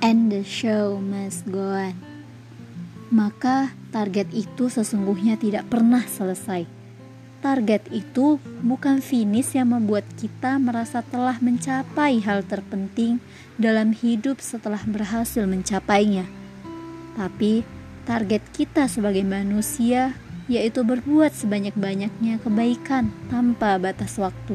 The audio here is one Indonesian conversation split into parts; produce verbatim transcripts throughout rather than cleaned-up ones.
and the show must go on. Maka target itu sesungguhnya tidak pernah selesai. Target itu bukan finish yang membuat kita merasa telah mencapai hal terpenting dalam hidup setelah berhasil mencapainya. Tapi target kita sebagai manusia yaitu berbuat sebanyak-banyaknya kebaikan tanpa batas waktu.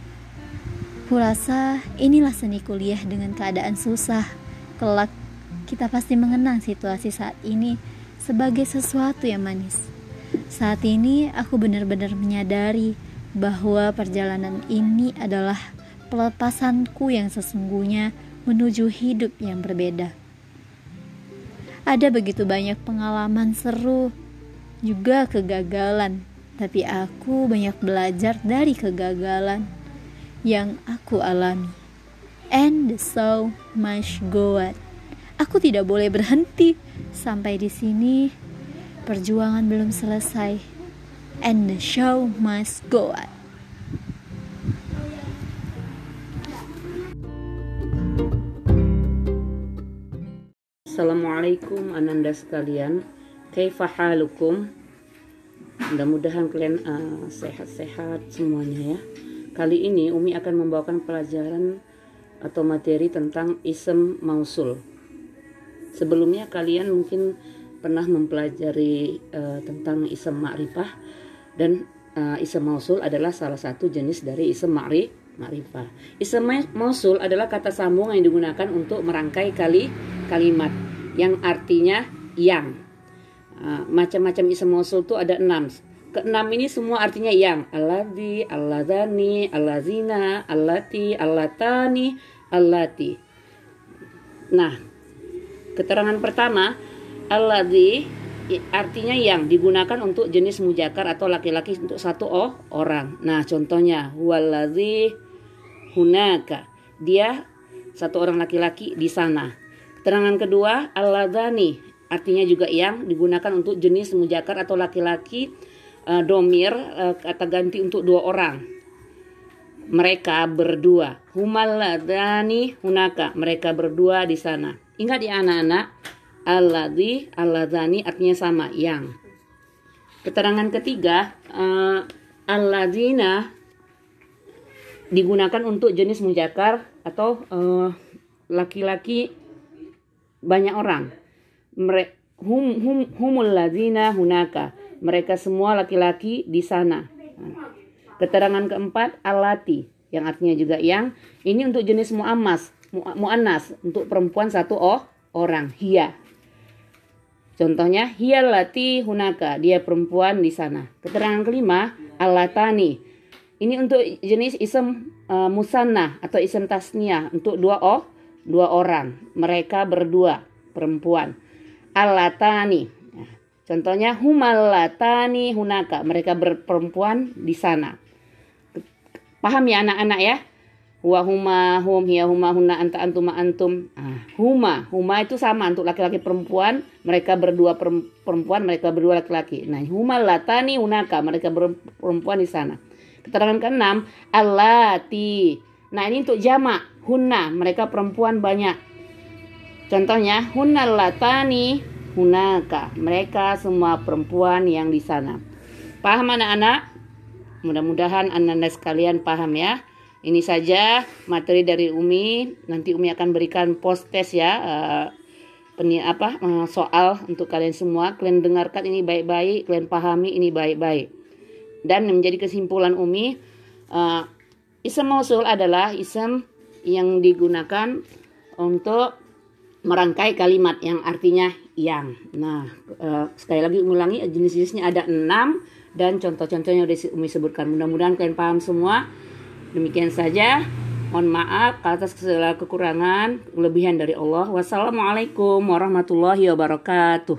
Kurasa inilah seni kuliah dengan keadaan susah. Kelak kita pasti mengenang situasi saat ini sebagai sesuatu yang manis. Saat ini aku benar-benar menyadari bahwa perjalanan ini adalah pelepasanku yang sesungguhnya menuju hidup yang berbeda. Ada begitu banyak pengalaman seru, juga kegagalan, tapi aku banyak belajar dari kegagalan yang aku alami. And the show must go on. Aku tidak boleh berhenti sampai di sini. Perjuangan belum selesai, and the show must go on. Assalamualaikum ananda sekalian, kaifa halukum? Mudah-mudahan kalian uh, sehat-sehat semuanya ya. Kali ini Umi akan membawakan pelajaran atau materi tentang ism mausul. Sebelumnya kalian mungkin pernah mempelajari uh, tentang ism ma'rifah, dan uh, ism mausul adalah salah satu jenis dari ism ma'ri ma'rifah. Ism mausul adalah kata sambung yang digunakan untuk merangkai kali kalimat yang artinya yang. Uh, macam-macam ism mausul itu ada enam. Keenam ini semua artinya yang. Alladzi, alladzani, allazina, allati, allatani, allati. Nah, keterangan pertama, alladzi artinya yang, digunakan untuk jenis muzakkar atau laki-laki untuk satu oh, orang. Nah, contohnya huwallazi hunaka, dia satu orang laki-laki di sana. Keterangan kedua, alladzani artinya juga yang, digunakan untuk jenis muzakkar atau laki-laki, uh, domir, uh, kata ganti untuk dua orang. Mereka berdua. Humalladzani hunaka, mereka berdua di sana. Ingat ya anak-anak, alladzi, alladzani artinya sama, yang. Keterangan ketiga, uh, alladzina digunakan untuk jenis muzakkar atau uh, laki-laki banyak orang. Mere, hum, hum, humul ladzina hunaka, mereka semua laki-laki di sana. Keterangan keempat, allati, yang artinya juga yang. Ini untuk jenis mu'ammas, mu'annas, untuk perempuan satu oh, orang, hiya. Contohnya hiyallati hunaka, dia perempuan di sana. Keterangan kelima, allatani. Ini untuk jenis ism uh, musanna atau ism tasniyah, untuk dua oh, dua orang. Mereka berdua, perempuan. Allatani. Nah, contohnya humallatani hunaka, mereka berperempuan di sana. Paham ya anak-anak ya? Wa huma hum hiya huma hunna anta antuma antum. Ah, huma, huma itu sama untuk laki-laki perempuan, mereka berdua perempuan, mereka berdua laki-laki. Nah, huma latani hunaka, mereka perempuan di sana. Keterangan keenam, allati. Nah, ini untuk jamak, hunna, mereka perempuan banyak. Contohnya hunna latani hunaka, mereka semua perempuan yang di sana. Paham anak-anak? Mudah-mudahan anak-anak sekalian paham ya. Ini saja materi dari Umi. Nanti Umi akan berikan post test ya, uh, peni, apa uh, soal untuk kalian semua. Kalian dengarkan ini baik-baik, kalian pahami ini baik-baik. Dan menjadi kesimpulan Umi, uh, ism mausul adalah ism yang digunakan untuk merangkai kalimat yang artinya yang. Nah, uh, sekali lagi ulangi, jenis-jenisnya ada enam dan contoh-contohnya udah Umi sebutkan. Mudah-mudahan kalian paham semua. Demikian saja. Mohon maaf atas segala kekurangan, kelebihan dari Allah. Wassalamualaikum warahmatullahi wabarakatuh.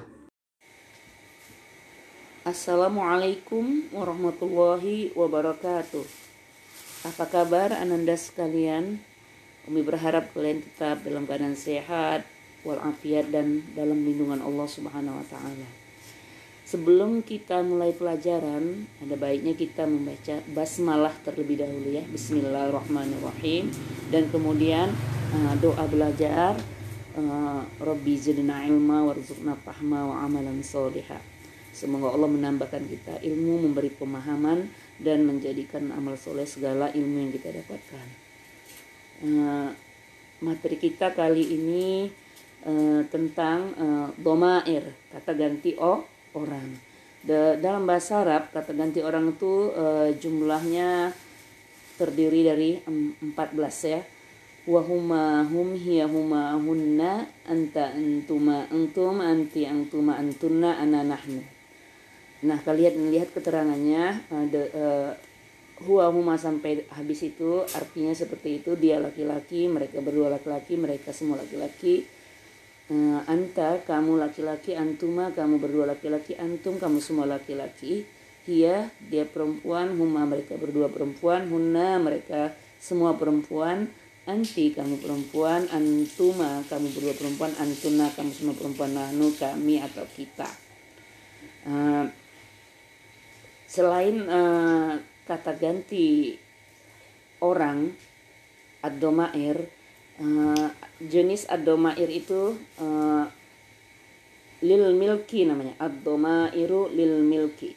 Assalamualaikum warahmatullahi wabarakatuh. Apa kabar ananda sekalian? Umi berharap kalian tetap dalam keadaan sehat, walafiat, dan dalam lindungan Allah Subhanahu wa taala. Sebelum kita mulai pelajaran, ada baiknya kita membaca basmalah terlebih dahulu ya. Bismillahirrahmanirrahim. Dan kemudian uh, doa belajar uh, Rabbi zidna ilma warzuqna fahma wa amalan sholiha. Semoga Allah menambahkan kita ilmu, memberi pemahaman, dan menjadikan amal soleh segala ilmu yang kita dapatkan. Uh, materi kita kali ini uh, tentang uh, domair, kata ganti o orang. De, dalam bahasa Arab kata ganti orang itu uh, jumlahnya terdiri dari empat belas ya. Wahuma hum hiya huma hunna anta antuma antum anti antuma antunna ana nahnu. Nah, kalian lihat keterangannya, ada uh, huwa huma sampai habis itu artinya seperti itu, dia laki-laki, mereka berdua laki-laki, mereka semua laki-laki. Uh, anta kamu laki-laki, antuma kamu berdua laki-laki, antum kamu semua laki-laki. Hiya dia perempuan, huma mereka berdua perempuan, hunna mereka semua perempuan, anti kamu perempuan, antuma kamu berdua perempuan, antuna kamu semua perempuan, nahnu kami atau kita. Uh, Selain uh, kata ganti orang ad-domair, uh, jenis ad-domair itu uh, lil milki namanya, ad-domairu lil milki.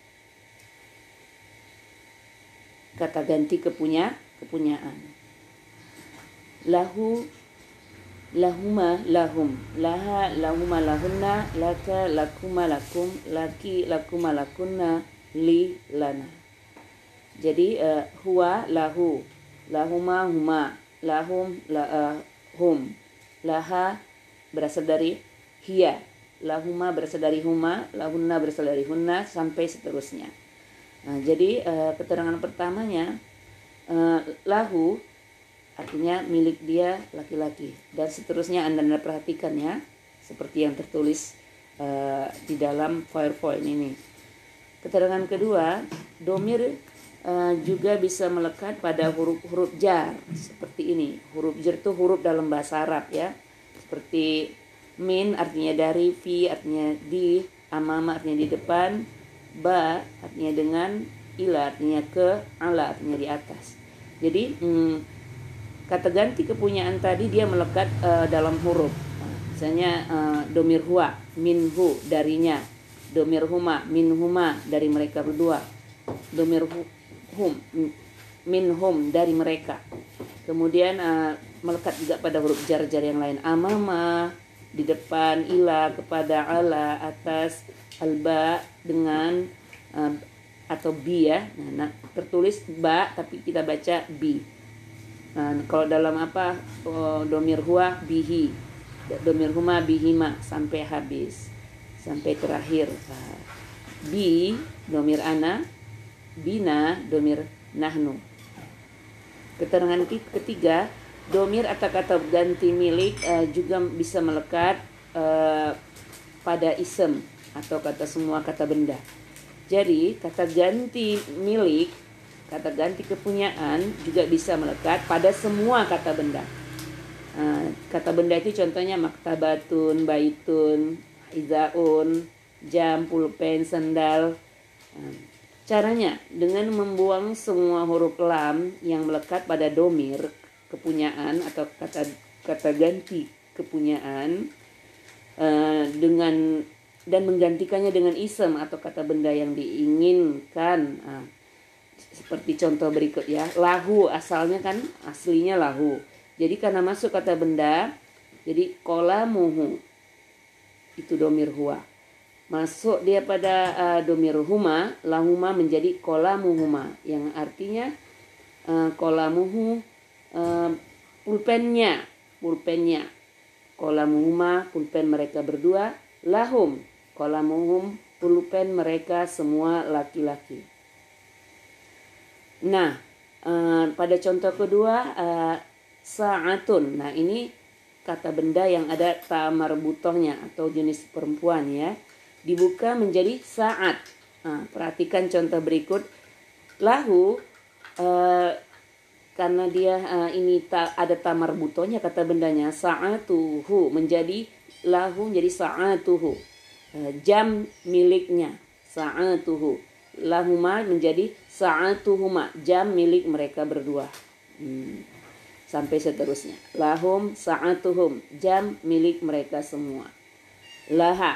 Kata ganti kepunya kepunyaan. Lahu lahuma lahum, laha lahuma lahunna, laka lakuma lakum, laki lakuma lakunna, li lana. Jadi uh, huwa lahu, lahuma huma, lahum la, uh, hum, laha berasal dari hiya, lahuma berasal dari huma, lahunna berasal dari hunna, sampai seterusnya. Nah, jadi uh, keterangan pertamanya uh, lahu artinya milik dia laki-laki, dan seterusnya Anda, anda perhatikan ya, seperti yang tertulis uh, di dalam PowerPoint ini. Keterangan kedua, domir uh, juga bisa melekat pada huruf-huruf jar seperti ini. Huruf jar itu huruf dalam bahasa Arab ya, seperti min artinya dari, fi artinya di, amama artinya di depan, ba artinya dengan, ila artinya ke, ala artinya di atas. Jadi hmm, kata ganti kepunyaan tadi dia melekat uh, dalam huruf. Misalnya uh, domir huwa, minhu darinya, domir huma, min huma dari mereka berdua, domir hum, min hum dari mereka. Kemudian uh, melekat juga pada huruf jar-jar yang lain, amama di depan, ila kepada, ala atas, alba dengan uh, atau bi ya. Nah, nah, tertulis ba tapi kita baca bi. Nah, kalau dalam apa uh, domir huwa bihi, domir huma bihima sampai habis. Sampai terakhir uh, bi domir ana, bina domir nahnu. Keterangan ketiga, domir atau kata ganti milik uh, juga bisa melekat uh, pada isem atau kata semua kata benda. Jadi kata ganti milik, kata ganti kepunyaan juga bisa melekat pada semua kata benda. Uh, kata benda itu contohnya maktabatun, baitun, izaun, jam, pulpen, sandal. Caranya dengan membuang semua huruf lam yang melekat pada domir kepunyaan atau kata kata ganti kepunyaan uh, dengan dan menggantikannya dengan isem atau kata benda yang diinginkan. Uh, seperti contoh berikut ya, lahu asalnya kan aslinya lahu. Jadi karena masuk kata benda, jadi qalamuhu itu domir huwa. Masuk dia pada uh, domir huma, lahuma menjadi qalamuhuma yang artinya uh, qalamuhu uh, pulpennya, pulpennya. Qalamuhuma pulpen mereka berdua, lahum qalamuhum pulpen mereka semua laki-laki. Nah, uh, pada contoh kedua uh, sa'atun. Nah, ini kata benda yang ada ta marbutohnya atau jenis perempuan ya, dibuka menjadi saat. Nah, perhatikan contoh berikut. Lahu uh, karena dia uh, ini ta, ada ta marbutohnya kata bendanya, sa'atuhu menjadi lahu menjadi sa'atuhu. Uh, jam miliknya sa'atuhu. Lahuma menjadi sa'atuhuma, jam milik mereka berdua. Hmm. sampai seterusnya. Lahum sa'atuhum, jam milik mereka semua. Laha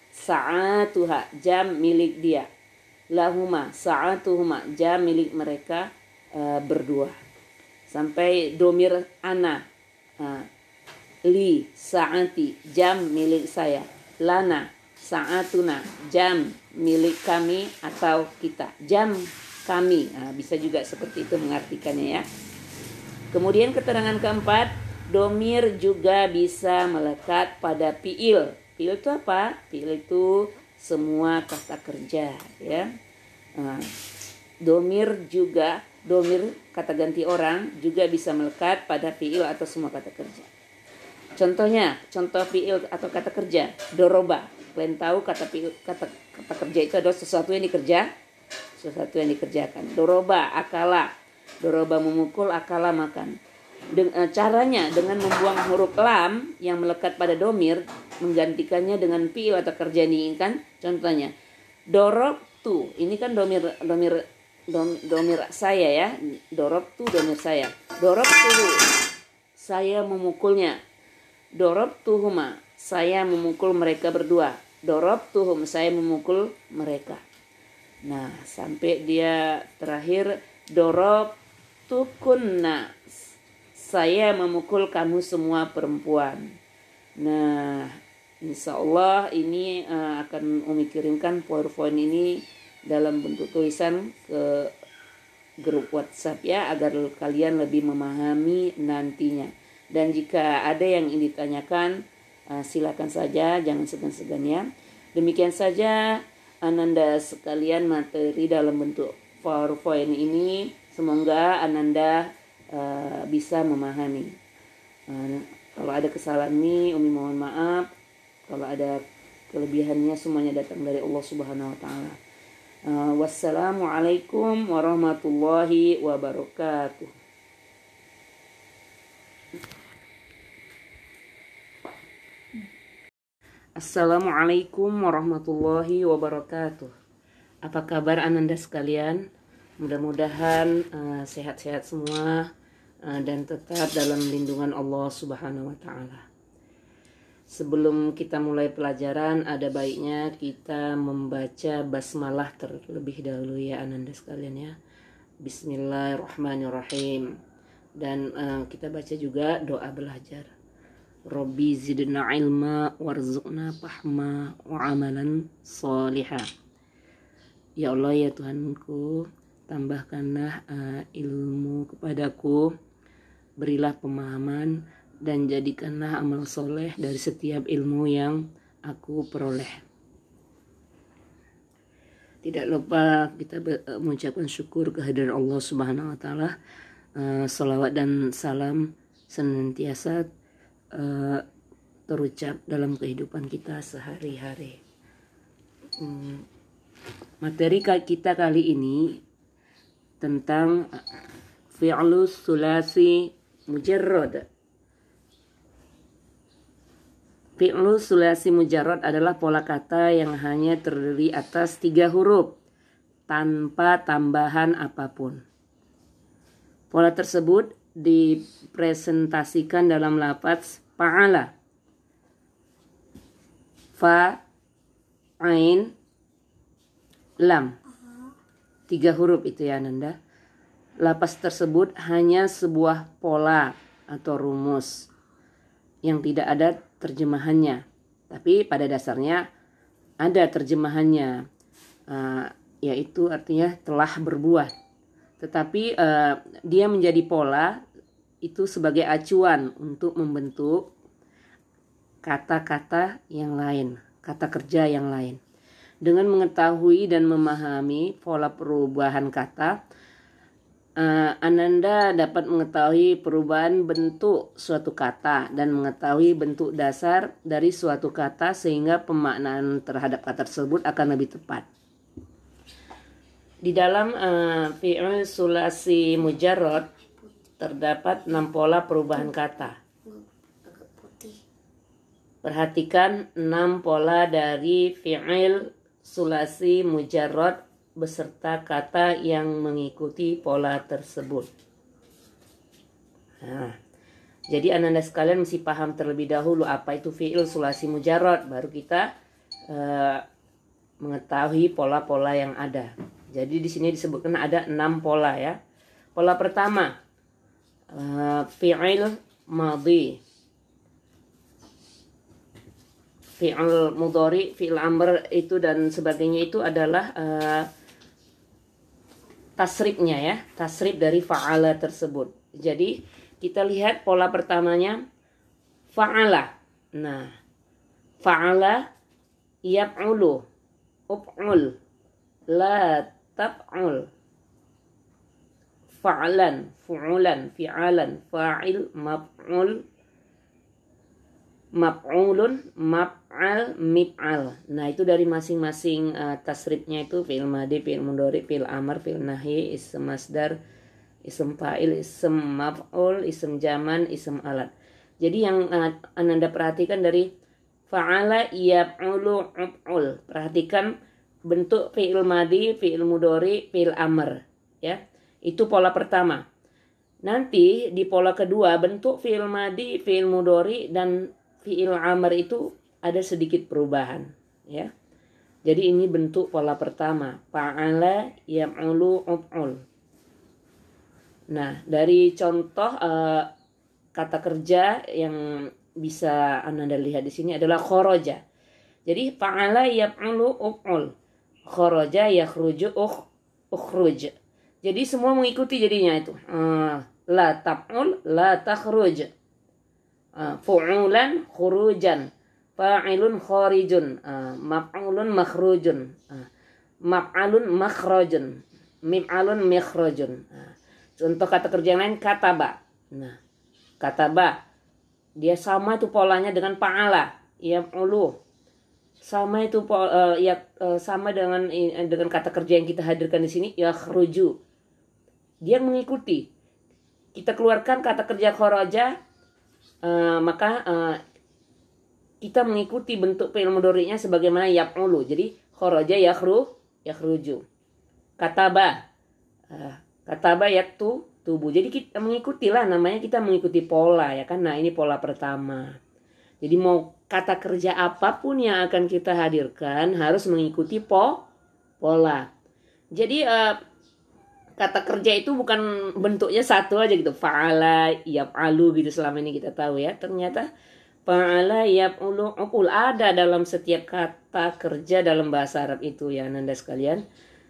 sa'atuha, jam milik dia. Lahuma sa'atuhuma, jam milik mereka uh, berdua. Sampai domir ana, uh, li sa'ati, jam milik saya. Lana sa'atuna, jam milik kami atau kita. Jam kami, nah, bisa juga seperti itu mengartikannya ya. Kemudian keterangan keempat, domir juga bisa melekat pada fiil. Fiil itu apa? Fiil itu semua kata kerja ya. Nah, domir juga, domir kata ganti orang juga bisa melekat pada fiil atau semua kata kerja. Contohnya, contoh fiil atau kata kerja, doroba. Kalian tahu kata fiil, kata kata kerja itu adalah sesuatu yang dikerja, sesuatu yang dikerjakan. Doroba, akala. Doroba memukul, akala makan. Den, e, caranya dengan membuang huruf lam yang melekat pada domir, menggantikannya dengan fiil atau kerja yang diinginkan. Contohnya, dorob tu. Ini kan domir domir dom, domir saya ya. Dorob tu domir saya. Dorob tu, saya memukulnya. Dorob tuhuma, saya memukul mereka berdua. Dorob tuhum, saya memukul mereka. Nah, sampai dia terakhir, dorob tukunna, saya memukul kamu semua perempuan. Nah, insya Allah ini uh, akan Umi kirimkan PowerPoint ini dalam bentuk tulisan ke grup WhatsApp ya, agar kalian lebih memahami nantinya. Dan jika ada yang ingin ditanyakan, uh, silakan saja, jangan segan-segan ya. Demikian saja Ananda sekalian materi dalam bentuk PowerPoint ini. Semoga Ananda uh, bisa memahami. Uh, kalau ada kesalahan ini, Umi mohon maaf. Kalau ada kelebihannya, semuanya datang dari Allah Subhanahu Wa Taala. Uh, wassalamualaikum warahmatullahi wabarakatuh. Assalamualaikum warahmatullahi wabarakatuh. Apa kabar Ananda sekalian? Mudah-mudahan uh, sehat-sehat semua uh, dan tetap dalam lindungan Allah Subhanahu wa taala. Sebelum kita mulai pelajaran, ada baiknya kita membaca basmalah terlebih dahulu ya Ananda sekalian ya. Bismillahirrahmanirrahim. Dan uh, kita baca juga doa belajar. Rabbi zidna ilma warzuqna fahma wa amalan salihah. Ya Allah ya Tuhanku, tambahkanlah uh, ilmu kepadaku, berilah pemahaman dan jadikanlah amal soleh dari setiap ilmu yang aku peroleh. Tidak lupa kita mengucapkan syukur kehadiran Allah Subhanahu wa taala. Uh, salawat dan salam senantiasa uh, terucap dalam kehidupan kita sehari-hari. Hmm, materi kita kali ini tentang fi'lus sulasi mujarrad. Fi'lus sulasi mujarrad adalah pola kata yang hanya terdiri atas tiga huruf tanpa tambahan apapun. Pola tersebut dipresentasikan dalam lafaz fa'ala. Fa, ain, lam. Tiga huruf itu ya Nanda. Lafaz tersebut hanya sebuah pola atau rumus yang tidak ada terjemahannya. Tapi pada dasarnya ada terjemahannya, uh, yaitu artinya telah berbuah. Tetapi uh, dia menjadi pola itu sebagai acuan untuk membentuk kata-kata yang lain, kata kerja yang lain. Dengan mengetahui dan memahami pola perubahan kata, uh, Ananda dapat mengetahui perubahan bentuk suatu kata dan mengetahui bentuk dasar dari suatu kata sehingga pemaknaan terhadap kata tersebut akan lebih tepat. Di dalam uh, fi'il sulasi mujarrad terdapat enam pola perubahan kata. Perhatikan enam pola dari fi'il sulasi mujarrad beserta kata yang mengikuti pola tersebut. Nah, jadi ananda sekalian mesti paham terlebih dahulu apa itu fi'il sulasi mujarrad, baru kita uh, mengetahui pola-pola yang ada. Jadi di sini disebutkan ada enam pola ya. Pola pertama, uh, fi'il madhi, fi'il mudhari, fi'il amr itu dan sebagainya itu adalah uh, tasrifnya ya, tasrif dari fa'ala tersebut. Jadi kita lihat pola pertamanya fa'ala. Nah, fa'ala yaf'ulu, uf'ul, la taf'ul, fa'lan, fu'ulan, fi'alan, fa'il, maf'ul, maf'ulun, maf'al, mif'al. Nah, itu dari masing-masing uh, tasrifnya itu fi'il madhi, fi'il mudhari, fi'il amr, fi'il nahi, ism masdar, ism fa'il, ism maf'ul, ism zaman, ism alat. Jadi yang uh, Ananda perhatikan dari fa'ala yaf'ulu uf'ul. Perhatikan bentuk fi'il madhi, fi'il mudhari, fi'il amr ya. Itu pola pertama. Nanti di pola kedua bentuk fi'il madhi, fi'il mudhari dan fi'il amr itu ada sedikit perubahan ya. Jadi ini bentuk pola pertama, fa'ala yaf'ulu uf'ul. Nah, dari contoh uh, kata kerja yang bisa Anda lihat di sini adalah kharaja. Jadi fa'ala yaf'ulu uf'ul, kharaja yakhruju ukh ukhruj. Jadi semua mengikuti jadinya itu. Uh, la taf'ul, la takhruj. Uh, fu'ulan khurujan, fa'ilun kharijun, uh, maf'ulun makhrujun, uh, maf'alun makhrajun, mif'alun mikhrajun. Uh, contoh kata kerja yang lain kataba. Nah, kataba dia sama itu polanya dengan fa'ala, yaf'ulu. Sama itu uh, ya uh, sama dengan uh, dengan kata kerja yang kita hadirkan di sini yakhruju. Dia mengikuti. Kita keluarkan kata kerja kharaja, Uh, maka uh, kita mengikuti bentuk fi'il mudhari'nya sebagaimana yaf'ulu. Jadi kharaja yakhru yakhruju. Kataba uh, kataba yaktu tubuh. Jadi kita mengikutilah, namanya kita mengikuti pola ya kan. Nah, ini pola pertama. Jadi mau kata kerja apapun yang akan kita hadirkan harus mengikuti po pola. Jadi uh, kata kerja itu bukan bentuknya satu aja gitu. Fa'ala, yaf'alu gitu selama ini kita tahu ya. Ternyata fa'ala, yaf'ulu, uf'ul ada dalam setiap kata kerja dalam bahasa Arab itu ya Nanda sekalian.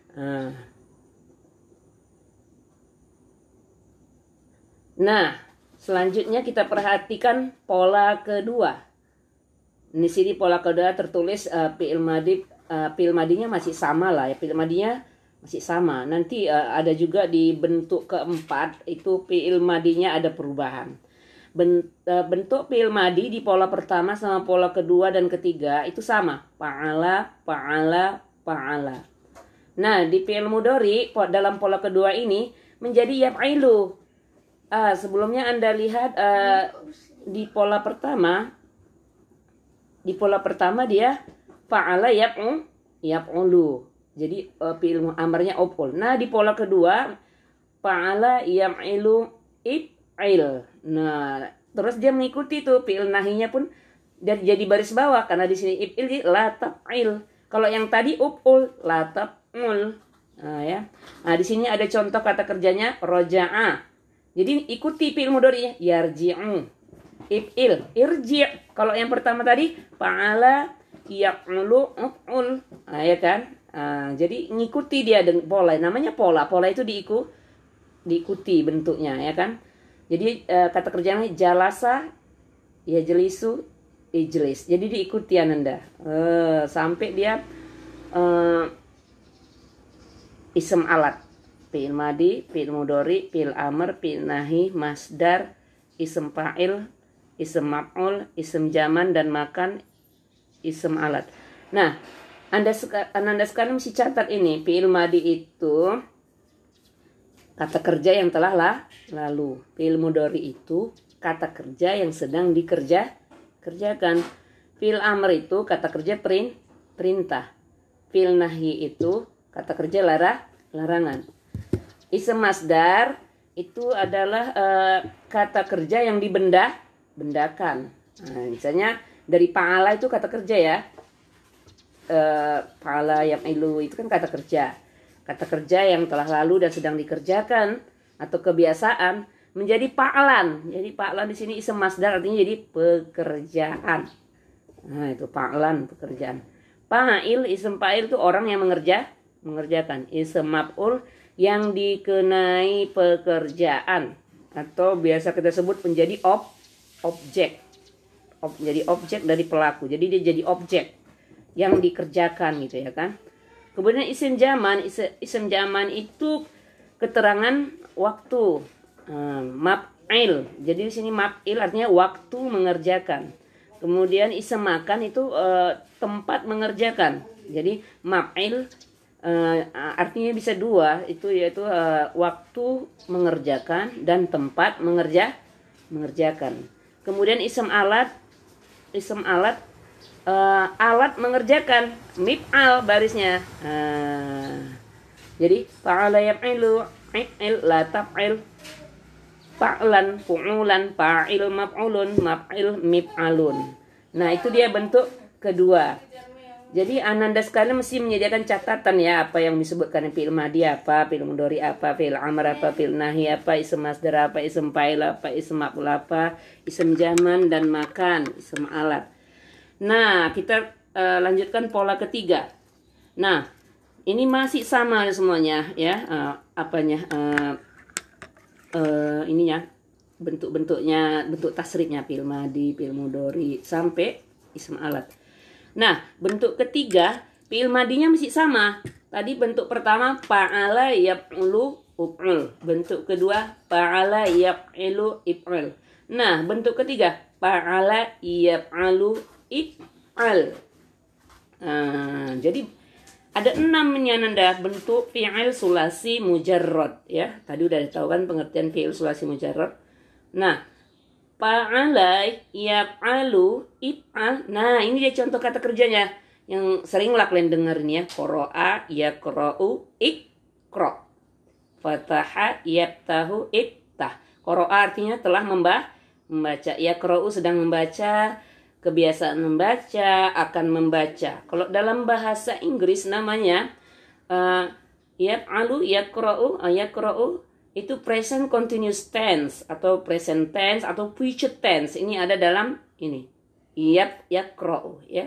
Nah, selanjutnya kita perhatikan pola kedua. Di sini pola kedua tertulis uh, fi'il madhi, uh, fi'il madhinya masih sama lah ya. Fi'il madhinya masih sama. Nanti uh, ada juga di bentuk keempat itu fi'il madhinya ada perubahan. Ben, uh, bentuk fi'il madhi di pola pertama sama pola kedua dan ketiga itu sama. Fa'ala, fa'ala, fa'ala. Nah, di fi'il mudhari dalam pola kedua ini menjadi yaf'ilu. Ah, sebelumnya Anda lihat uh, di pola pertama di pola pertama dia fa'ala yaf'u yaf'ulu. Jadi uh, fi'il amarnya uf'ul. Nah, di pola kedua fa'ala yaf'ilu if'il. Nah, terus dia mengikuti tuh fi'il nahinya pun dan jadi baris bawah karena di sini if'il la taf'il. Kalau yang tadi uf'ul la taf'ul. Nah, ya. Nah, di sini ada contoh kata kerjanya roja'a. Jadi ikuti fi'il mudhari'nya yarji'u. If'il, irji'. Kalau yang pertama tadi fa'ala yaf'ulu uf'ul. Nah, ya kan? Nah, jadi ngikuti dia dengan pola, namanya pola. Pola itu diiku, diikuti bentuknya, ya kan? Jadi uh, kata kerjanya jalasa, ya jelisu, ijlis. Jadi diikuti Ananda uh, sampai dia uh, ism alat, fi'il madhi, fi'il mudhari, fi'il amr, fi'il nahi, masdar, ism fa'il, ism maf'ul, ism zaman dan makan, ism alat. Nah, Anda Anda sekarang mesti catat ini, fi'il madhi itu kata kerja yang telah lah, lalu. Fi'il mudhari itu kata kerja yang sedang dikerja kerjakan. Fi'il amr itu kata kerja perin, perintah. Fi'il nahi itu kata kerja lara, larangan. Ism masdar itu adalah uh, kata kerja yang dibenda, bendakan. Nah, misalnya dari fa'ala itu kata kerja ya. Uh, fa'ala yaf'ilu itu kan kata kerja. Kata kerja yang telah lalu dan sedang dikerjakan atau kebiasaan menjadi fa'lan. Jadi fa'lan di sini ism masdar artinya jadi pekerjaan. Nah, itu fa'lan pekerjaan. Fa'il ism fa'il itu orang yang mengerja, mengerjakan. Ism maf'ul yang dikenai pekerjaan atau biasa kita sebut menjadi ob, objek. Ob, jadi objek dari pelaku. Jadi dia jadi objek yang dikerjakan gitu ya kan. Kemudian isim zaman, isim zaman itu keterangan waktu. Hmm, maf'il. Jadi di sini maf'il artinya waktu mengerjakan. Kemudian isim makan itu uh, tempat mengerjakan. Jadi maf'il uh, artinya bisa dua, itu yaitu uh, waktu mengerjakan dan tempat mengerja mengerjakan. Kemudian isim alat, isim alat Uh, alat mengerjakan, mif'al barisnya. Uh, jadi fa'ala yaf'ilu, if'il la taf'il, fa'lan fu'ulan, fa'il maf'ulun, maf'il mif'alun. Nah, itu dia bentuk kedua. Jadi ananda sekalian mesti menyediakan catatan ya, apa yang disebutkan fi'il madhi apa, fi'il mudhari apa, fi'il amr apa, fi'il nahi apa, ism masdar apa, ism fa'il apa, ism maf'ul apa, ism zaman dan makan, ism alat. Nah, kita uh, lanjutkan pola ketiga. Nah, ini masih sama semuanya ya, uh, apanya uh, uh, ininya, bentuk-bentuknya, bentuk tasrifnya fi'il madhi, fi'il mudhari sampai ism alat. Nah, bentuk ketiga fi'il madhinya masih sama. Tadi bentuk pertama fa'ala yaf'ulu uf'ul. Bentuk kedua fa'ala yaf'ilu if'al. Nah, bentuk ketiga fa'ala yaf'alu if'al. Nah, jadi ada enam nanda bentuk fi'il sulasi mujarrad ya. Tadi udah tahu kan pengertian fi'il sulasi mujarrad. Nah, fa'ala yaf'alu if'al. Nah, ini dia contoh kata kerjanya yang sering lah kalian dengar ini ya. Qara'a yaqra'u iqra. Fataha yaftahu iftah. Qara'a artinya telah memba membaca. Yaqra'u sedang membaca. Kebiasaan membaca, akan membaca. Kalau dalam bahasa Inggris namanya uh, yaf'alu, yaqra'u, yaqra'u itu present continuous tense atau present tense atau future tense. Ini ada dalam ini. Yap, yaqra'u ya.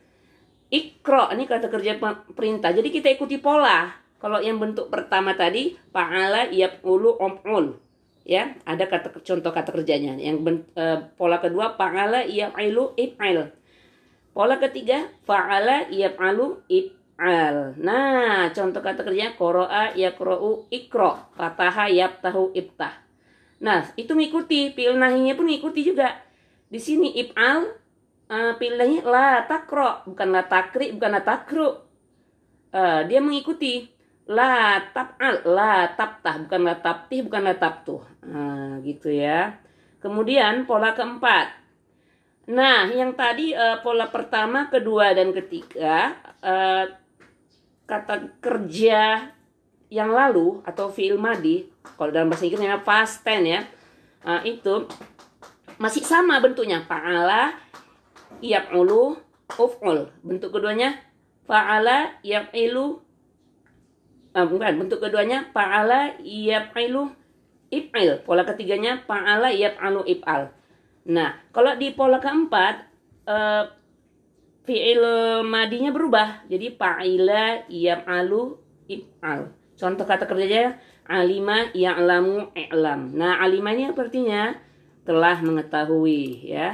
Iqra ini kata kerja perintah. Jadi kita ikuti pola. Kalau yang bentuk pertama tadi fa'ala yaf'ulu um'ul. Ya, ada kata contoh kata kerjanya. Yang ben, uh, pola kedua fa'ala yaf'ilu if'al. Pola ketiga fa'ala yaf'alu if'al. Nah, contoh kata kerjanya qara'a yaqra'u iqra, fataha yaftahu iftah. Nah, itu mengikuti fi'il nahinya pun mengikuti juga. Di sini if'al uh, fi'il nahi la taqra, bukan la takri, bukan la takru. Uh, dia mengikuti la taf'al, la taftah, bukan la taftih, bukan la taftuh. Nah, gitu ya. Kemudian pola keempat. Nah, yang tadi uh, pola pertama, kedua, dan ketiga uh, kata kerja yang lalu atau fi'il madhi, kalau dalam bahasa Inggris namanya past tense ya. Uh, itu masih sama bentuknya, fa'ala yaf'ulu uf'ul. Bentuk keduanya fa'ala yaf'ilu Ah, bukan, bentuk keduanya fa'ala yaf'ilu if'il. Pola ketiganya fa'ala yaf'alu if'al. Nah, kalau di pola keempat uh, fi'il madinya berubah. Jadi fa'ila yaf'alu if'al. Contoh kata kerjanya alima ya'lamu i'lam. Nah, alima ini artinya telah mengetahui ya.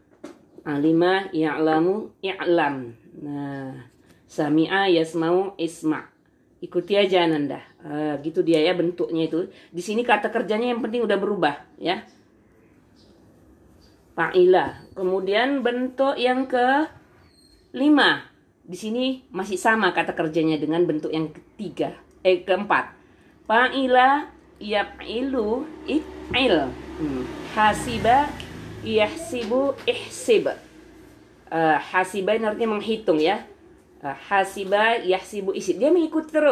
Alima ya'lamu i'lam. Nah, sami'a yasma'u isma'. Ikuti aja Ananda. Uh, gitu dia ya bentuknya itu. Di sini kata kerjanya yang penting udah berubah ya. Fa'ila. Kemudian bentuk yang ke lima. Di sini masih sama kata kerjanya dengan bentuk yang ketiga. Eh keempat. Fa'ila yaf'ilu if'il. Hmm. Hasiba yahsibu ihsib. Uh, hasiba ini artinya menghitung ya. Hasiba yahsibu isib. Dia mengikuti terus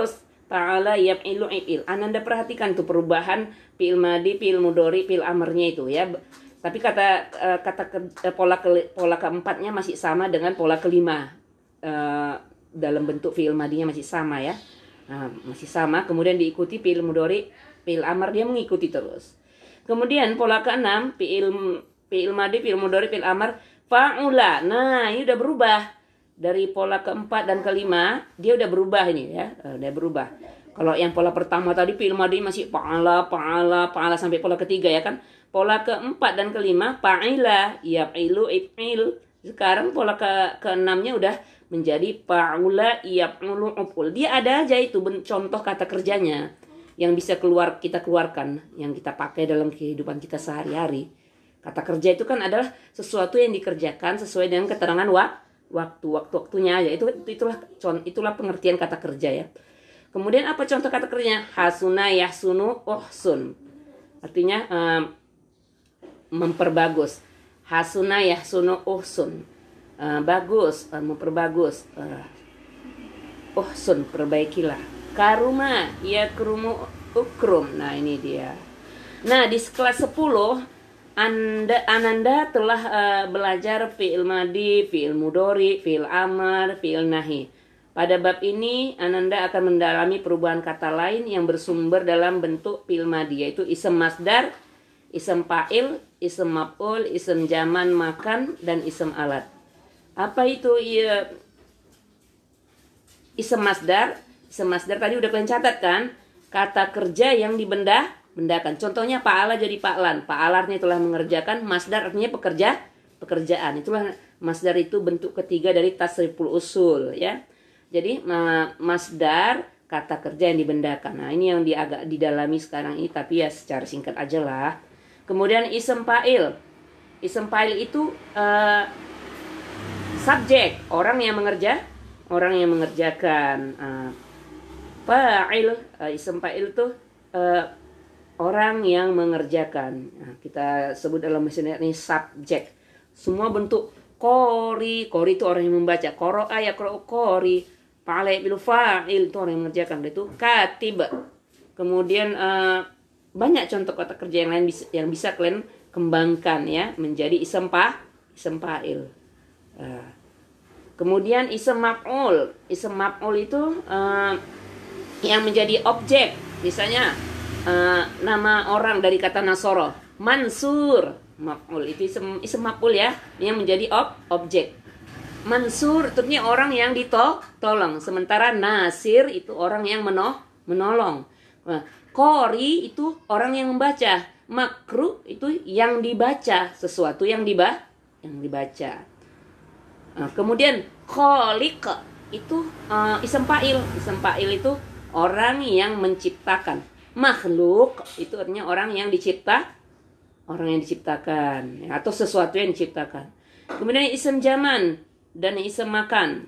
fa'ala yaf'ilu if'il. Ananda perhatikan tuh perubahan fi'il madi, fi'il mudhari, fi'il amarnya itu ya. Tapi kata kata pola ke, pola keempatnya masih sama dengan pola kelima. Uh, dalam bentuk fi'il madinya masih sama ya. Nah, masih sama. Kemudian diikuti fi'il mudhari, fi'il amar, dia mengikuti terus. Kemudian pola keenam, fi'il fi'il madi, fi'il mudhari, fi'il amar, fa'ula. Nah, ini udah berubah. Dari pola keempat dan kelima, dia udah berubah ini ya, udah berubah. Kalau yang pola pertama tadi fi'il madi masih fa'ala, fa'ala, fa'ala sampai pola ketiga ya kan. Pola keempat dan kelima fa'ila, yaf'ilu, if'il. Sekarang pola ke keenamnya udah menjadi fa'ula, yaf'ulu, uf'ul. Dia ada aja itu contoh kata kerjanya yang bisa keluar kita keluarkan, yang kita pakai dalam kehidupan kita sehari-hari. Kata kerja itu kan adalah sesuatu yang dikerjakan sesuai dengan keterangan waktu. waktu waktu waktunya aja itu itulah itulah pengertian kata kerja ya. Kemudian apa contoh kata kerjanya? Hasuna yahsunu uhsun, artinya um, memperbagus. Hasuna yahsunu uhsun, uh, bagus, uh, memperbagus. uh, Uhsun, perbaikilah. Karuma yakrumu ukrum. Nah ini dia. Nah di kelas sepuluh Anda, Ananda telah uh, belajar fi'il madi, fi'il mudhari, fi'il amar, fi'il nahi. Pada bab ini Ananda akan mendalami perubahan kata lain yang bersumber dalam bentuk fi'il madi, yaitu isem masdar, isem fa'il, isem maf'ul, isem zaman makan, dan isem alat. Apa itu ya, isem masdar? Isem masdar tadi udah kalian catat kan? Kata kerja yang dibenda bendakan. Contohnya fa'ala jadi fa'lan. Fa'ala artinya telah mengerjakan, masdar artinya pekerja, pekerjaan. Itulah masdar, itu bentuk ketiga dari tasriful usul ya. Jadi masdar kata kerja yang dibendakan. Nah, ini yang di, agak didalami sekarang ini, tapi ya secara singkat aja lah. Kemudian isem fa'il. Isem fa'il itu uh, subjek, orang yang mengerja, orang yang mengerjakan. Uh, fa'il, uh, isem fa'il itu uh, orang yang mengerjakan. Nah, kita sebut dalam bahasa Indonesia ini subjek. Semua bentuk kori, kori itu orang yang membaca. Qara'a yaqra'u qori, fa'ala yaf'ilu fa'il, itu orang yang mengerjakan. Itu katib. Kemudian uh, banyak contoh kata kerja yang lain bisa, yang bisa kalian kembangkan ya menjadi isem pa, isem fa'il. Uh, kemudian isem maf'ul. Isem maf'ul itu uh, yang menjadi objek. Misalnya Uh, nama orang dari kata nasoro, Mansur, maf'ul itu isem, isem maf'ul ya, yang menjadi ob, objek. Mansur itu orang yang ditolong, sementara Nasir itu orang yang meno, menolong. Nah, Qori itu orang yang membaca, Makru itu yang dibaca, sesuatu yang diba, yang dibaca. Nah, kemudian Kholiq itu uh, isem fa'il, isem fa'il itu orang yang menciptakan. Makhluk itu artinya orang yang dicipta, orang yang diciptakan ya, atau sesuatu yang diciptakan. Kemudian isem zaman dan isem makan.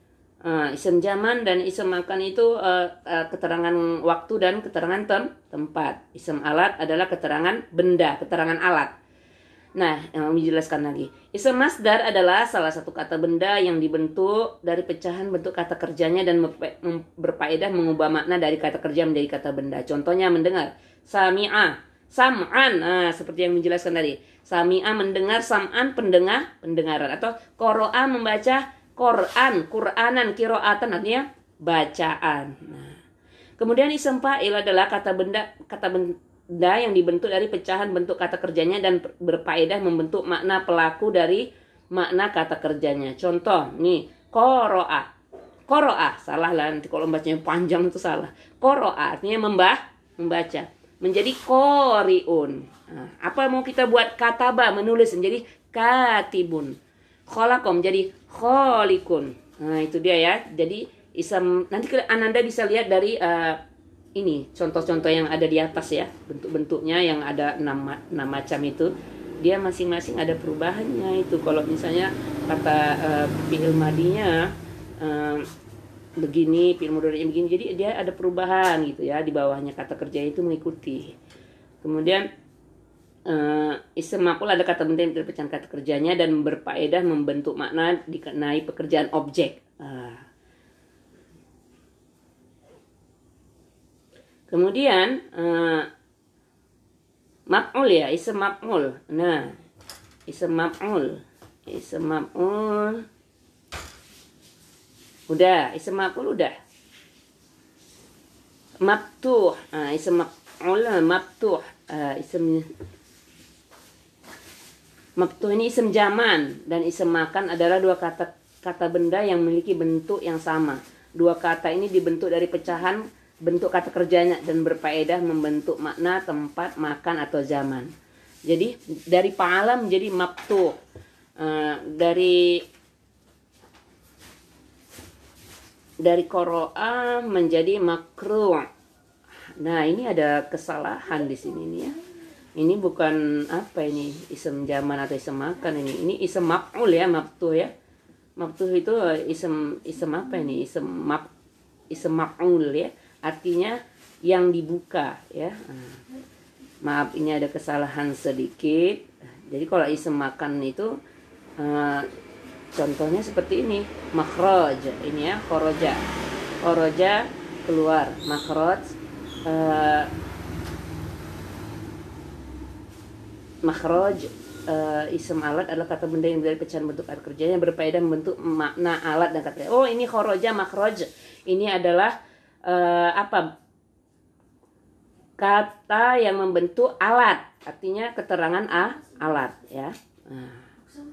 Uh, isem zaman dan isem makan itu uh, uh, keterangan waktu dan keterangan tem tempat. Isem alat adalah keterangan benda, keterangan alat. Nah, yang dijelaskan lagi. Isem masdar adalah salah satu kata benda yang dibentuk dari pecahan bentuk kata kerjanya dan berfaedah mengubah makna dari kata kerja menjadi kata benda. Contohnya mendengar, sami'a, sam'an. Nah, seperti yang menjelaskan tadi. Sami'a mendengar, sam'an pendengar, pendengaran, atau qara'a membaca, Quran, Qur'anan, qira'atan artinya bacaan. Nah, kemudian isem fa'il adalah kata benda, kata benda yang dibentuk dari pecahan bentuk kata kerjanya dan berfaedah membentuk makna pelaku dari makna kata kerjanya. Contoh, nih, qara'a. Qara'a, salah lah nanti kalau bacanya panjang itu salah. Qara'a artinya membah, membaca. Menjadi qari'un. Nah, apa mau kita buat? Kataba, menulis, menjadi katibun. Khalaqa menjadi khaliqun. Nah, itu dia ya. Jadi isem, nanti Ananda bisa lihat dari uh, ini contoh-contoh yang ada di atas ya, bentuk-bentuknya yang ada enam, enam macam itu, dia masing-masing ada perubahannya itu. Kalau misalnya kata uh, fi'il madinya uh, begini, fi'il mudhari'nya begini, jadi dia ada perubahan gitu ya, di bawahnya kata kerja itu mengikuti. Kemudian uh, isem maf'ul ada kata benda dari pecahan kata kerjanya dan berfaedah membentuk makna dikenai pekerjaan objek. Uh, Kemudian uh, maf'ul ya, ism maf'ul. Nah, ism maf'ul. Ism maf'ul. Udah, ism maf'ul udah. Maftuh. Nah, ism maf'ul maftuh. Uh, ism maftuh ini ism zaman, dan ism makan adalah dua kata kata benda yang memiliki bentuk yang sama. Dua kata ini dibentuk dari pecahan bentuk kata kerjanya dan berfaedah membentuk makna tempat, makan atau zaman. Jadi dari fa'ala menjadi maftuh. Uh, dari dari qara'a menjadi makruh. Nah, ini ada kesalahan di sini nih ya. Ini bukan apa ini ism zaman atau ism makan ini. Ini ism maf'ul ya, maftuh ya. Maftuh itu ism ism apa ini? Ism maf ism maf'ul ya. Artinya yang dibuka ya. Nah, maaf, ini ada kesalahan sedikit. Jadi kalau ism makan itu uh, contohnya seperti ini, makhraj, ini ya, kharaja. Kharaja keluar, makhraj uh, makhraj uh, ism alat adalah kata benda yang dari pecahan bentuk kata kerjanya berfaedah membentuk makna alat dan kata. Oh, ini kharaja, makhraj. Ini adalah uh, apa? Kata yang membentuk alat, artinya keterangan a alat ya. Nah.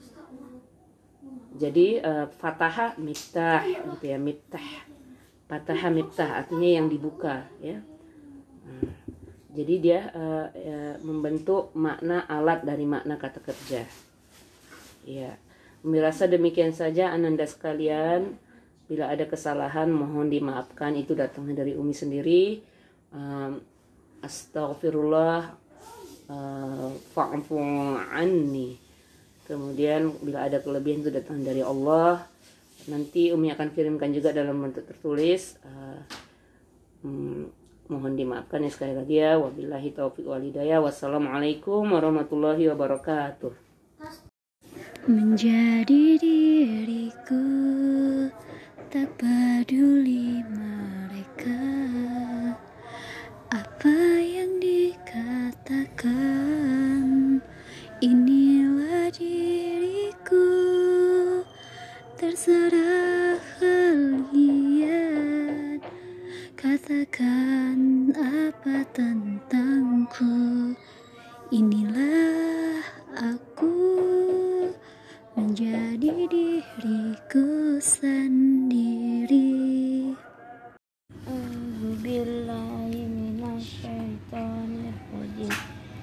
Jadi uh, fataha miftah gitu ya, miftah. Fataha miftah artinya yang dibuka ya. Hmm. Jadi dia uh, ya, membentuk makna alat dari makna kata kerja. Ya. Merasa demikian saja ananda sekalian. Bila ada kesalahan mohon dimaafkan, itu datangnya dari Umi sendiri. Um, Astaghfirullah, uh, fa'fu anni. Kemudian bila ada kelebihan itu datang dari Allah. Nanti Umi akan kirimkan juga dalam bentuk tertulis. Uh, hmm, mohon dimaafkan ya sekali lagi ya. Wabillahi taufiq wal hidayah. Wassalamualaikum warahmatullahi wabarakatuh. Menjadi diriku, tak peduli mereka apa yang dikatakan. Inilah diriku, terserah kalian katakan apa tentangku. Inilah aku, menjadi diriku sendiri. A'udzubillahi minasyaitonirrajim.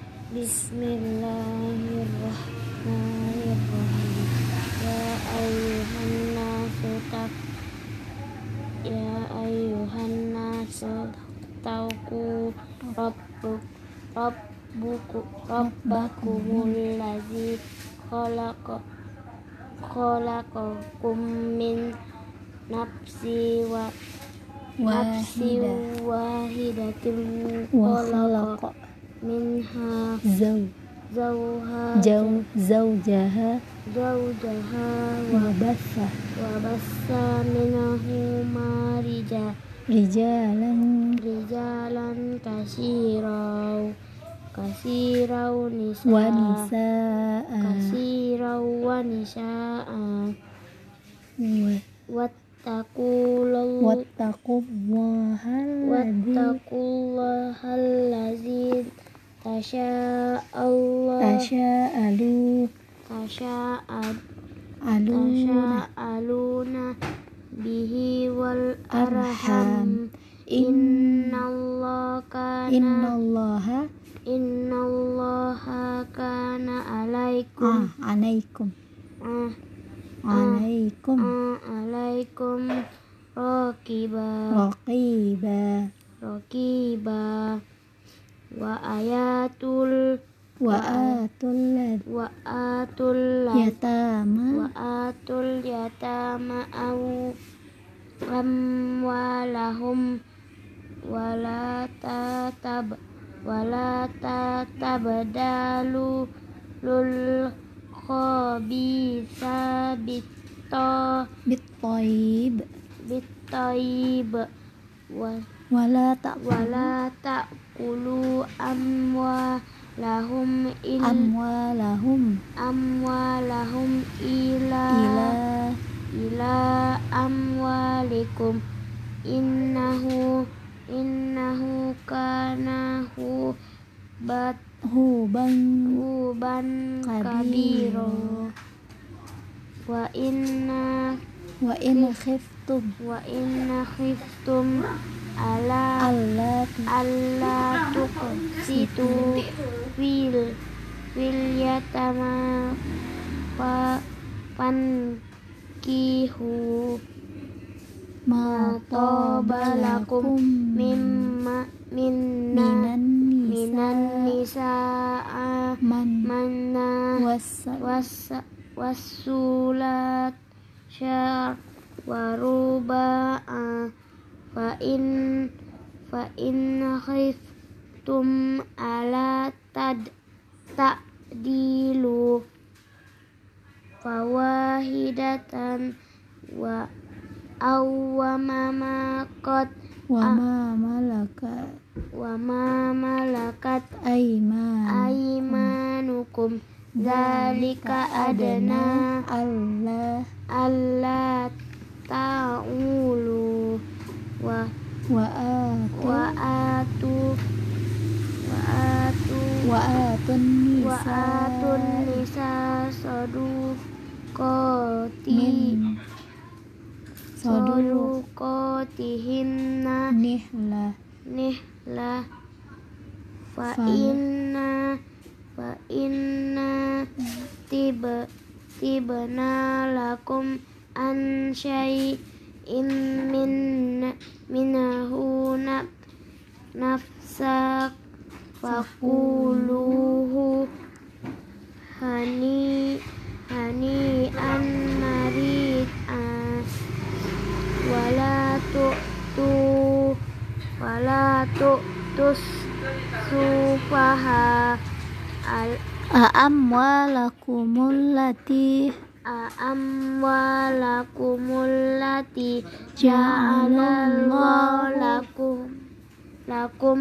Bismillahirrahmanirrahim. Ya ayyuhan nasu tak Ya ayyuhan nasu taqu rabbuk rabbuku rabbakumul ladzi khalaqa khalaqakum min nafsi wa nafsi wahidatin wa khalaqa khalaqa minha zaw zawha zaw zawjaha zawjaha wa bassa wa bassa minahuma rija rijalan rijalan kasirau kasirau nisa wa nisaa kasirau wa nisaa wa wattaqullaha wattaqullaha alladzi wattaqullahallazi tasya'allahu tasya'alu tasya'al aluna tasya'aluna bihi wal arham. arham innallaha kana innallaha innallaha kana alaikum ah alaikum ah, alaikum ah, alaikum raqiba raqiba raqiba wa ayatul wa atul wa atul wa yatama atul yatama au amwalahum wala tatab wala tatabdalu lul khabitha bitta bitaib bittaib wa wala tak wala ta'kulu amwalahum il amwalahum amwalahum ila ila ila amwalikum innahu innahu kana hubat huban huban kabiro kabiro wa inna wa in khiftum wa inna khiftum ala alla alla tuqsitu fil fil yatama pa pankihu ma tabalakum mimma minna minan minan nisa nisaa man manna wasa was wasulat syar waruba'a fa in fa in khiftum ala tad ta'dilu fawahidatan wa awwama qad wa ma malakat wa ma malakat aiman aymanukum dzalika adna Allah alla ta'ulu wa wa atu wa atu wa atu wa atun wa nisa atun nisa saduqati min sodur saduqatihinna nihla nihla fa Fa- inna fa inna tiba tibna lakum an syai'in min minahu naf nafsak fakuluhu hani hani an marid'a wala tu'tu wala tu'tus sufaha al amwalakumul lati amwalakumul lati Ja'alallahu ja'alallahu lakum lakum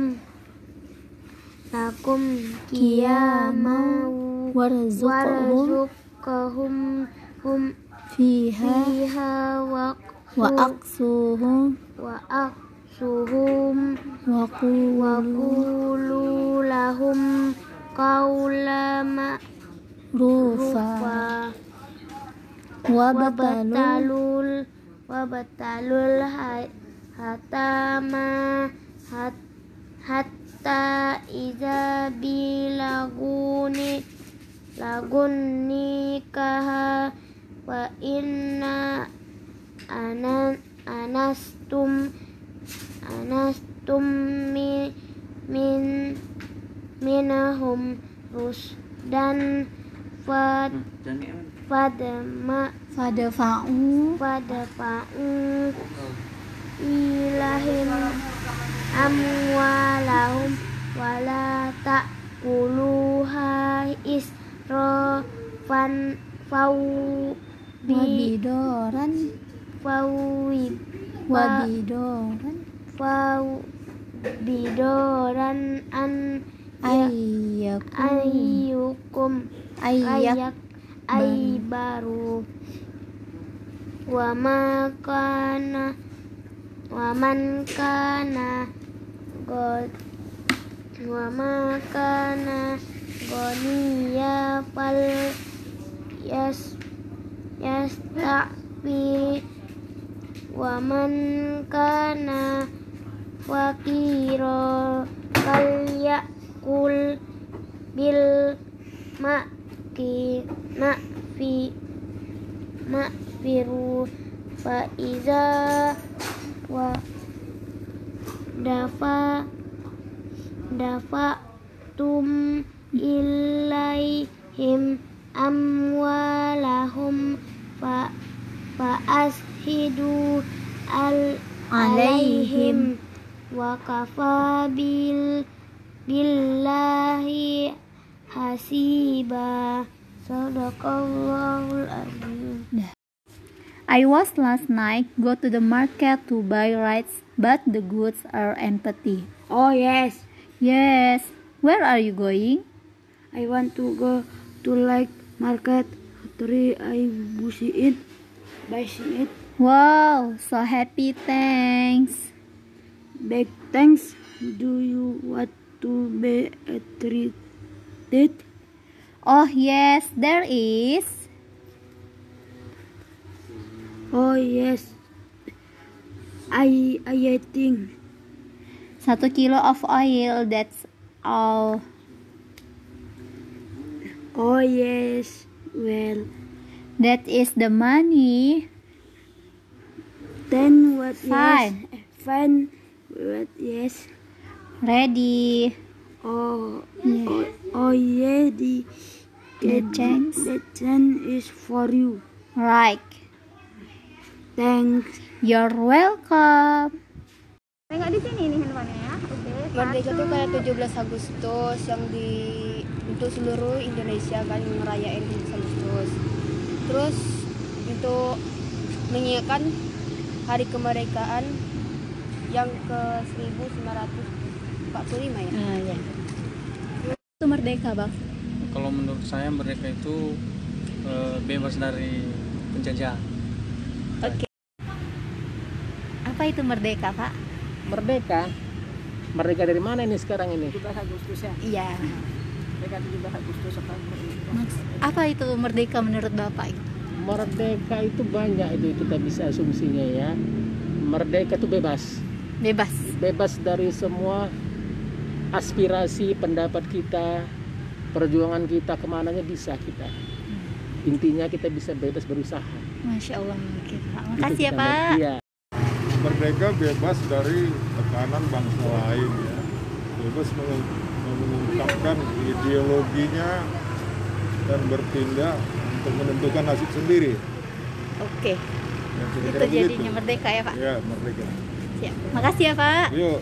lakum qiyamah warzuqhum warzuqhum hum fiha fiha wa wa aqsuhum wa aqsuhum wa wa qulu qulu lahum qawla rufa ma'rufa wa wa batalul batalul wa batalul ha- hatama hat, hatta iza bilaguni lagun nikaha wa inna anan anastum anastum mi, min minahum rusdan fad fadma fadfa'u fadfa'u ilahim amwalahum wala ta'kuluha israfan fau bi wabidoran fawi wabidoran fau bidoran an ayyakum ayyukum ayyak ayak ay baru wa ma kana wa man kana god wa ma kana goniya fal yas yastafi wa man kana fakiro fal yakul bil ma'ki ma'fi ma'firu fa iza wa dafa dafa tum ilaihim amwalahum fa fa ashidu al alaihim wa kafa bil billahi hasiba. Sadaqallahul azim. I was last night go to the market to buy rice but the goods are empty. Oh yes, Yes, where are you going? I want to go to like market. Three, I buy it, buy it. Wow, so happy, thanks. Big thanks. Do you want to be a treated? Oh yes, there is. Oh yes, I I think. Satu kilo of oil, that's all. Oh yes, well. That is the money. Then what? Fine. Yes, fine. What? Yes. Ready. Oh, Yeah. oh, oh yeah. The The change. the change is for you. Right. Thanks. You're welcome. Tengok di sini nih handphonenya ya. Oke. Merdeka satu. tuh kayak tujuh belas Agustus yang di untuk seluruh Indonesia kan ngerayain tujuh belas Agustus. Terus untuk mengingatkan hari kemerdekaan yang ke seribu sembilan ratus empat puluh lima ya. Ah, ya. Itu merdeka, Bang. Kalau menurut saya merdeka itu eh, bebas dari penjajah. Apa itu merdeka, Pak? Merdeka? Merdeka dari mana ini sekarang ini? tujuh belas Agustus ya. Iya. Mereka tujuh belas Agustus apa? Maks- Apa itu merdeka menurut Bapak? Merdeka itu banyak itu kita bisa asumsinya ya. Merdeka itu bebas. Bebas. Bebas dari semua aspirasi, pendapat kita, perjuangan kita, kemananya bisa kita. Intinya kita bisa bebas berusaha. Masya Allah. Oke, Pak. Itu Makasih ya, kita Pak. ngerti, ya. Merdeka bebas dari tekanan bangsa lain ya, bebas mengu- mengungkapkan ideologinya dan bertindak untuk menentukan nasib sendiri. Oke. Ya, kira-kira Itu begitu. jadinya merdeka ya, Pak? Ya, merdeka. Siap. Makasih ya, Pak. Yuk.